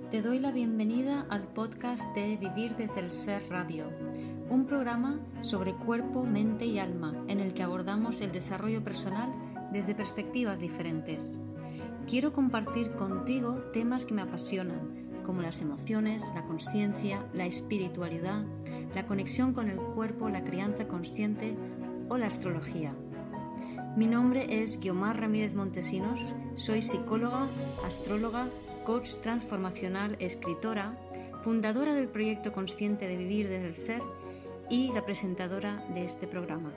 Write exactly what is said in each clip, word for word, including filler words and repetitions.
Te doy la bienvenida al podcast de Vivir desde el Ser Radio, un programa sobre cuerpo, mente y alma en el que abordamos el desarrollo personal desde perspectivas diferentes. Quiero compartir contigo temas que me apasionan, como las emociones, la consciencia, la espiritualidad, la conexión con el cuerpo, la crianza consciente o la astrología. Mi nombre es Guiomar Ramírez Montesinos, soy psicóloga, astróloga, coach transformacional, escritora, fundadora del proyecto consciente de Vivir desde el Ser y la presentadora de este programa.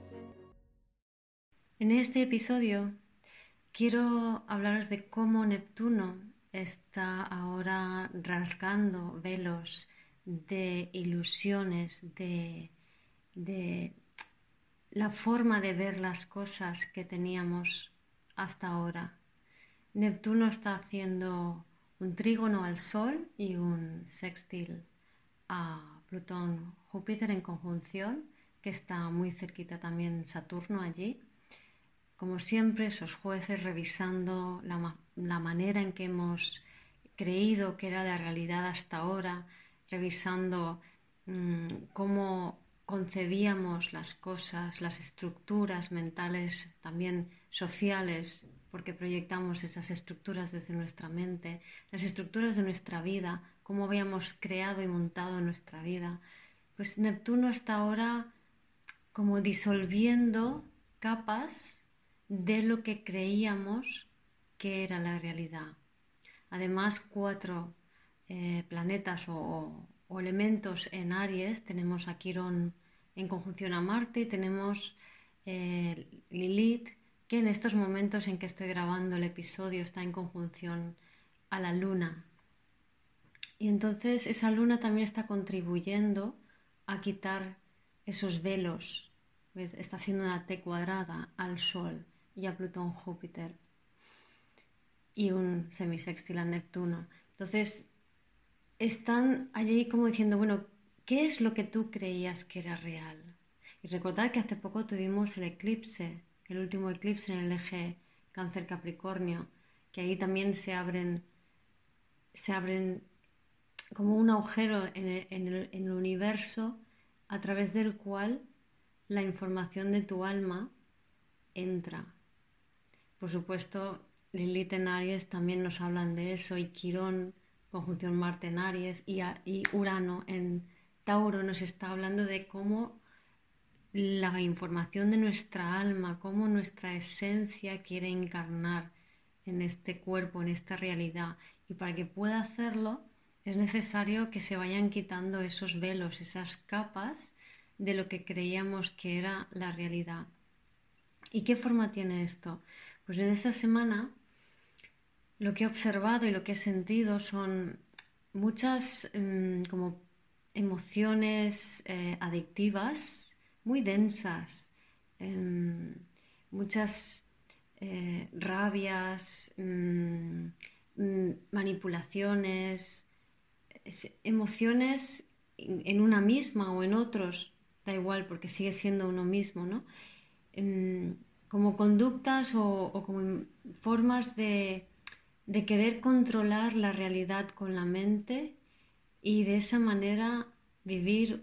En este episodio quiero hablaros de cómo Neptuno está ahora rasgando velos de ilusiones, de, de la forma de ver las cosas que teníamos hasta ahora. Neptuno está haciendo un trígono al Sol y un sextil a Plutón, Júpiter en conjunción, que está muy cerquita también Saturno allí. Como siempre, esos jueces revisando la, la manera en que hemos creído que era la realidad hasta ahora, revisando mmm, cómo concebíamos las cosas, las estructuras mentales, también sociales, porque proyectamos esas estructuras desde nuestra mente, las estructuras de nuestra vida, cómo habíamos creado y montado nuestra vida. Pues Neptuno está ahora como disolviendo capas de lo que creíamos que era la realidad. Además, cuatro eh, planetas o, o, o elementos en Aries. Tenemos a Quirón en conjunción a Marte y tenemos eh, Lilith, que en estos momentos en que estoy grabando el episodio está en conjunción a la Luna. Y entonces esa Luna también está contribuyendo a quitar esos velos. ¿Ves? Está haciendo una T cuadrada al Sol y a Plutón, Júpiter y un semisextil a Neptuno. Entonces están allí como diciendo, bueno, ¿qué es lo que tú creías que era real? Y recordad que hace poco tuvimos el eclipse, el último eclipse en el eje Cáncer-Capricornio, que ahí también se abren, se abren como un agujero en el, en, el, en el universo a través del cual la información de tu alma entra. Por supuesto, Lilith en Aries también nos hablan de eso, y Quirón, conjunción Marte en Aries, y, a, y Urano en Tauro nos está hablando de cómo la información de nuestra alma, cómo nuestra esencia quiere encarnar en este cuerpo, en esta realidad. Y para que pueda hacerlo es necesario que se vayan quitando esos velos, esas capas de lo que creíamos que era la realidad. ¿Y qué forma tiene esto? Pues en esta semana lo que he observado y lo que he sentido son muchas mmm, como emociones eh, adictivas, muy densas, eh, muchas eh, rabias, mmm, mmm, manipulaciones, emociones en una misma o en otros, da igual porque sigue siendo uno mismo, ¿no? Eh, como conductas o, o como formas de, de querer controlar la realidad con la mente y de esa manera vivir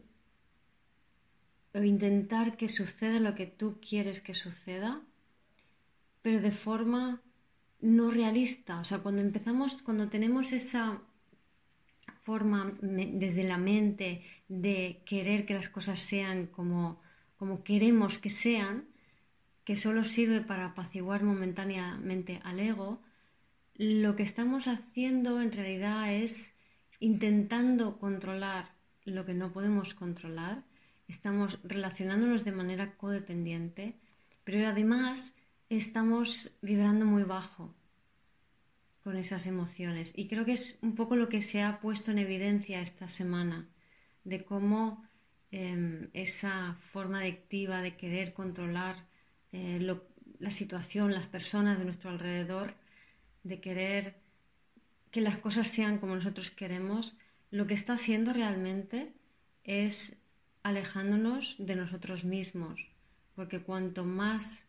o intentar que suceda lo que tú quieres que suceda, pero de forma no realista. O sea, cuando empezamos, cuando tenemos esa forma desde la mente de querer que las cosas sean como, como queremos que sean, que solo sirve para apaciguar momentáneamente al ego, lo que estamos haciendo en realidad es intentando controlar lo que no podemos controlar. Estamos relacionándonos de manera codependiente, pero además estamos vibrando muy bajo con esas emociones. Y creo que es un poco lo que se ha puesto en evidencia esta semana, de cómo eh, esa forma adictiva de querer controlar eh, lo, la situación, las personas de nuestro alrededor, de querer que las cosas sean como nosotros queremos, lo que está haciendo realmente es alejándonos de nosotros mismos, porque cuanto más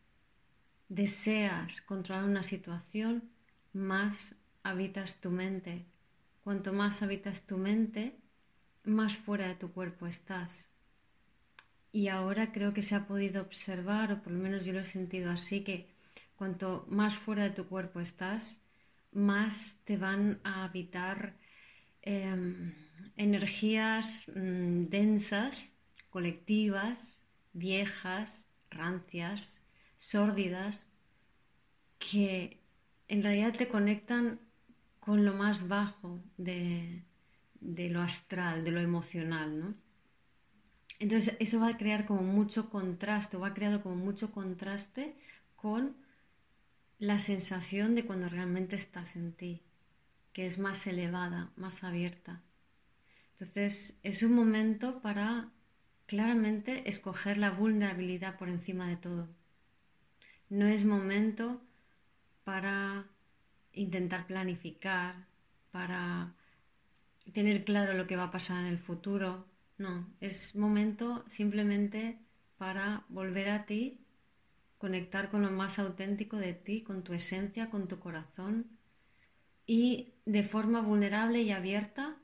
deseas controlar una situación, más habitas tu mente. cuanto más habitas tu mente, más fuera de tu cuerpo estás. Y ahora creo que se ha podido observar, o por lo menos yo lo he sentido así, que cuanto más fuera de tu cuerpo estás, más te van a habitar eh, energías mmm, densas, colectivas, viejas, rancias, sórdidas, que en realidad te conectan con lo más bajo de, de lo astral, de lo emocional, ¿no? Entonces eso va a crear como mucho contraste, o va creado como mucho contraste con la sensación de cuando realmente estás en ti, que es más elevada, más abierta. Entonces es un momento para claramente escoger la vulnerabilidad por encima de todo. No es momento para intentar planificar, para tener claro lo que va a pasar en el futuro. No, es momento simplemente para volver a ti, conectar con lo más auténtico de ti, con tu esencia, con tu corazón, y de forma vulnerable y abierta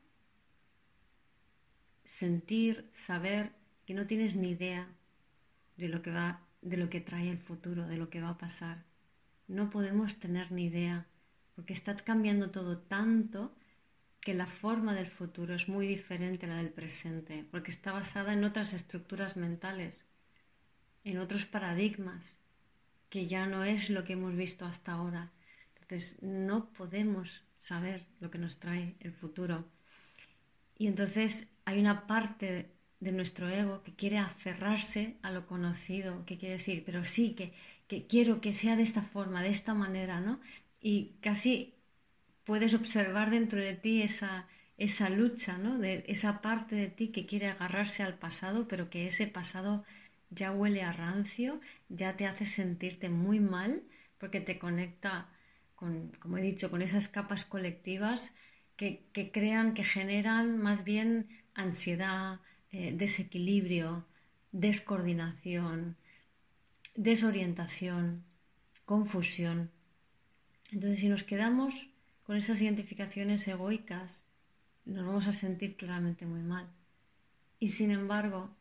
sentir, saber que no tienes ni idea de lo que va, de lo que trae el futuro, de lo que va a pasar. No podemos tener ni idea, porque está cambiando todo tanto que la forma del futuro es muy diferente a la del presente, porque está basada en otras estructuras mentales, en otros paradigmas, que ya no es lo que hemos visto hasta ahora. Entonces no podemos saber lo que nos trae el futuro. Y entonces hay una parte de nuestro ego que quiere aferrarse a lo conocido, que quiere decir, pero sí, que, que quiero que sea de esta forma, de esta manera, ¿no? Y casi puedes observar dentro de ti esa, esa lucha, ¿no? De esa parte de ti que quiere agarrarse al pasado, pero que ese pasado ya huele a rancio, ya te hace sentirte muy mal, porque te conecta con, como he dicho, con esas capas colectivas que, que crean, que generan más bien ansiedad, eh, desequilibrio, descoordinación, desorientación, confusión. Entonces, si nos quedamos con esas identificaciones egoicas, nos vamos a sentir claramente muy mal. Y sin embargo,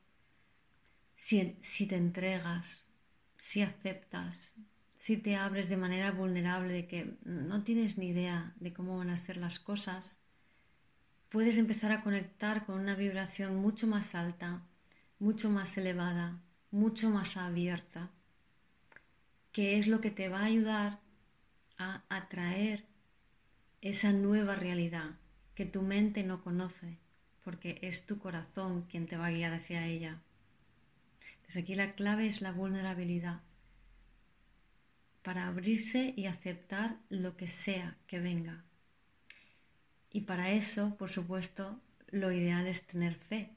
si, si te entregas, si aceptas, si te abres de manera vulnerable de que no tienes ni idea de cómo van a ser las cosas, puedes empezar a conectar con una vibración mucho más alta, mucho más elevada, mucho más abierta, que es lo que te va a ayudar a atraer esa nueva realidad que tu mente no conoce, porque es tu corazón quien te va a guiar hacia ella. Entonces aquí la clave es la vulnerabilidad, para abrirse y aceptar lo que sea que venga. Y para eso, por supuesto, lo ideal es tener fe.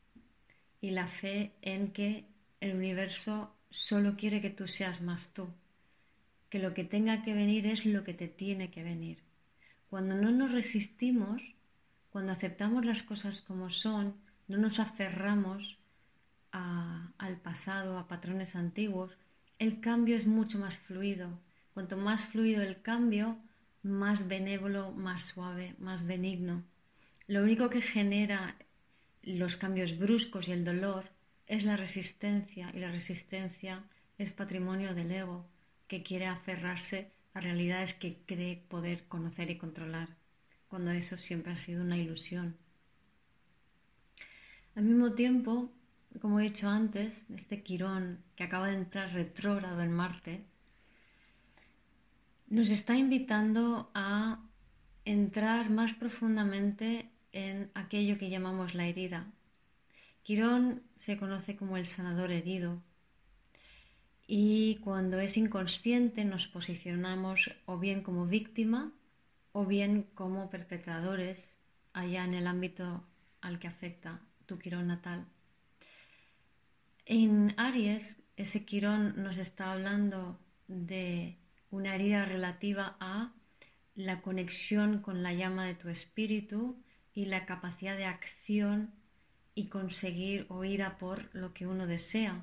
Y la fe en que el universo solo quiere que tú seas más tú, que lo que tenga que venir es lo que te tiene que venir. Cuando no nos resistimos, cuando aceptamos las cosas como son, no nos aferramos a, al pasado, a patrones antiguos, el cambio es mucho más fluido. Cuanto más fluido el cambio, más benévolo, más suave, más benigno. Lo único que genera los cambios bruscos y el dolor es la resistencia, y la resistencia es patrimonio del ego, que quiere aferrarse a realidades que cree poder conocer y controlar, cuando eso siempre ha sido una ilusión. Al mismo tiempo, como he dicho antes, este Quirón que acaba de entrar retrógrado en Marte nos está invitando a entrar más profundamente en aquello que llamamos la herida. Quirón se conoce como el sanador herido, y cuando es inconsciente nos posicionamos o bien como víctima o bien como perpetradores allá en el ámbito al que afecta tu Quirón natal. En Aries, ese Quirón nos está hablando de una herida relativa a la conexión con la llama de tu espíritu y la capacidad de acción y conseguir o ir a por lo que uno desea.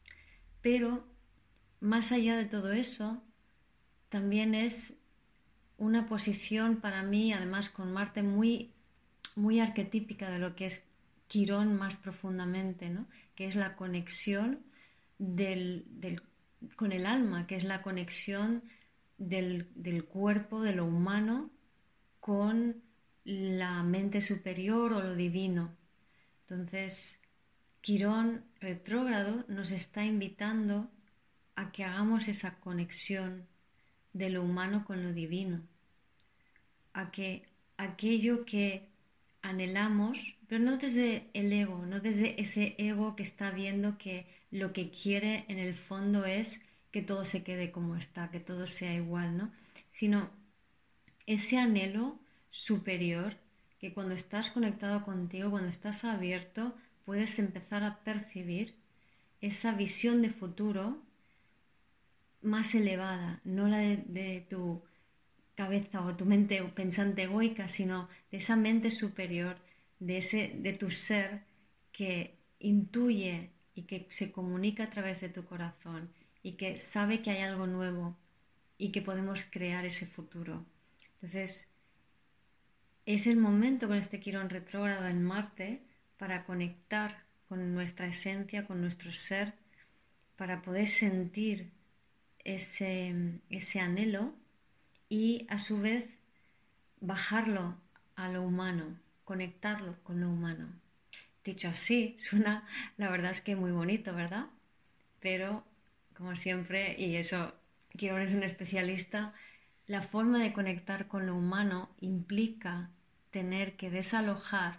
Pero más allá de todo eso, también es una posición para mí, además con Marte, muy, muy arquetípica de lo que es Quirón más profundamente, ¿no? Que es la conexión del, del, con el alma, que es la conexión del, del cuerpo, de lo humano, con la mente superior o lo divino. Entonces, Quirón retrógrado nos está invitando a que hagamos esa conexión de lo humano con lo divino, a que aquello que anhelamos, pero no desde el ego, no desde ese ego que está viendo que lo que quiere en el fondo es que todo se quede como está, que todo sea igual, ¿no? Sino ese anhelo superior que cuando estás conectado contigo, cuando estás abierto, puedes empezar a percibir esa visión de futuro más elevada, no la de, de tu cabeza o tu mente pensante egoica, sino de esa mente superior, de, ese, de tu ser que intuye y que se comunica a través de tu corazón y que sabe que hay algo nuevo y que podemos crear ese futuro. Entonces, es el momento con este Quirón retrógrado en Marte para conectar con nuestra esencia, con nuestro ser, para poder sentir ese, ese anhelo y a su vez bajarlo a lo humano, conectarlo con lo humano. Dicho así, suena la verdad es que muy bonito, ¿verdad? Pero, como siempre, y eso Quirón es un especialista, la forma de conectar con lo humano implica tener que desalojar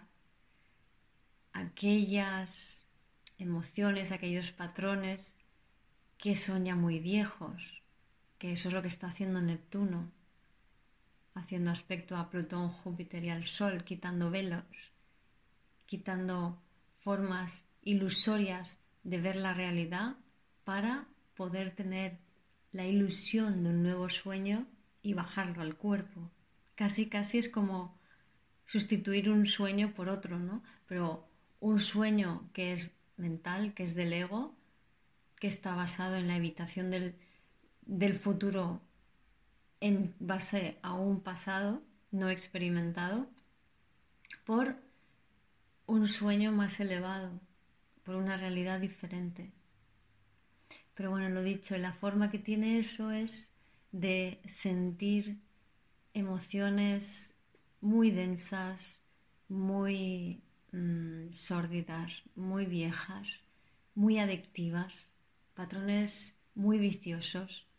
aquellas emociones, aquellos patrones que son ya muy viejos, que eso es lo que está haciendo Neptuno, haciendo aspecto a Plutón, Júpiter y al Sol, quitando velos, quitando formas ilusorias de ver la realidad para poder tener la ilusión de un nuevo sueño y bajarlo al cuerpo. Casi, casi es como sustituir un sueño por otro, ¿no? Pero un sueño que es mental, que es del ego, que está basado en la evitación del, del futuro en base a un pasado no experimentado, por un sueño más elevado, por una realidad diferente. Pero bueno, lo dicho, la forma que tiene eso es de sentir emociones muy densas, muy mmm, sórdidas, muy viejas, muy adictivas, patrones muy viciosos,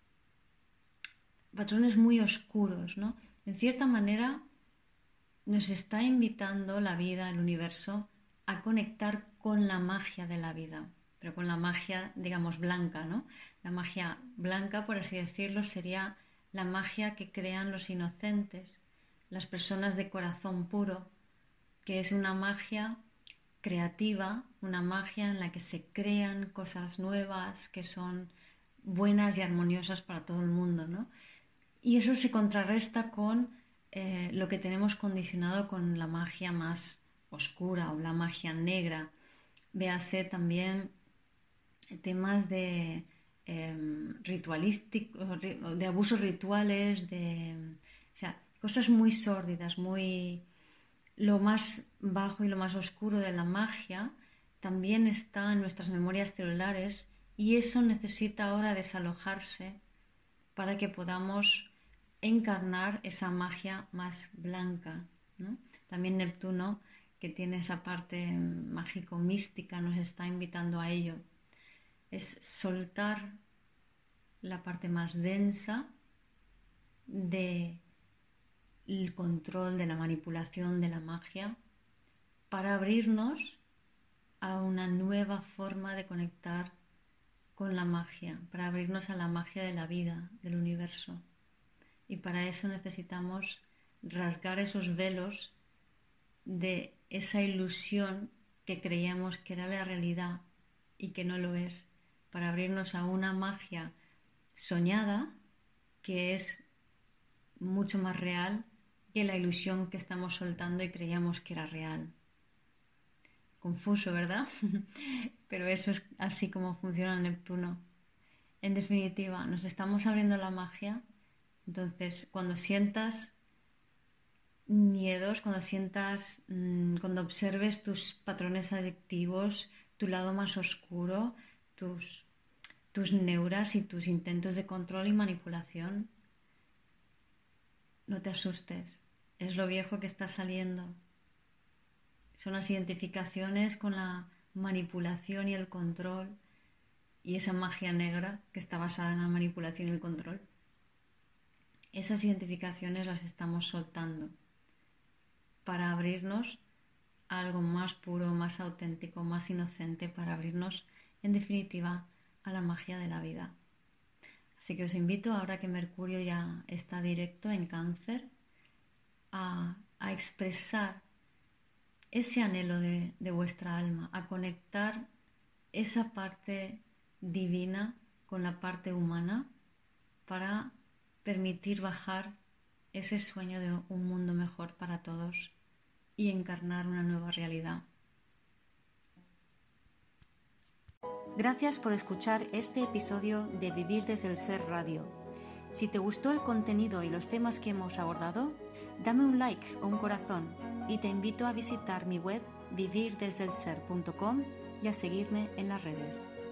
patrones muy oscuros, ¿no? En cierta manera nos está invitando la vida, el universo, a conectar con la magia de la vida, pero con la magia, digamos, blanca, ¿no? La magia blanca, por así decirlo, sería la magia que crean los inocentes, las personas de corazón puro, que es una magia creativa, una magia en la que se crean cosas nuevas que son buenas y armoniosas para todo el mundo, ¿no? Y eso se contrarresta con eh, lo que tenemos condicionado con la magia más oscura o la magia negra. Véase también temas de eh, ritualísticos, de abusos rituales, de, o sea, cosas muy sórdidas, muy lo más bajo y lo más oscuro de la magia también está en nuestras memorias celulares y eso necesita ahora desalojarse para que podamos encarnar esa magia más blanca, ¿no? También Neptuno, que tiene esa parte mágico-mística, nos está invitando a ello. Es soltar la parte más densa del control, de la manipulación, de la magia, para abrirnos a una nueva forma de conectar con la magia, para abrirnos a la magia de la vida, del universo. Y para eso necesitamos rasgar esos velos de esa ilusión que creíamos que era la realidad y que no lo es, para abrirnos a una magia soñada que es mucho más real que la ilusión que estamos soltando y creíamos que era real. Confuso, ¿verdad? Pero eso es así como funciona Neptuno. En definitiva, nos estamos abriendo la magia Entonces, cuando sientas miedos, cuando sientas, mmm, cuando observes tus patrones adictivos, tu lado más oscuro, tus, tus neuras y tus intentos de control y manipulación, no te asustes, es lo viejo que está saliendo. Son las identificaciones con la manipulación y el control y esa magia negra que está basada en la manipulación y el control. Esas identificaciones las estamos soltando para abrirnos a algo más puro, más auténtico, más inocente, para abrirnos, en definitiva, a la magia de la vida. Así que os invito, ahora que Mercurio ya está directo en Cáncer, a, a expresar ese anhelo de, de vuestra alma, a conectar esa parte divina con la parte humana para permitir bajar ese sueño de un mundo mejor para todos y encarnar una nueva realidad. Gracias por escuchar este episodio de Vivir desde el Ser Radio. Si te gustó el contenido y los temas que hemos abordado, dame un like o un corazón y te invito a visitar mi web vivir desde el ser punto com y a seguirme en las redes.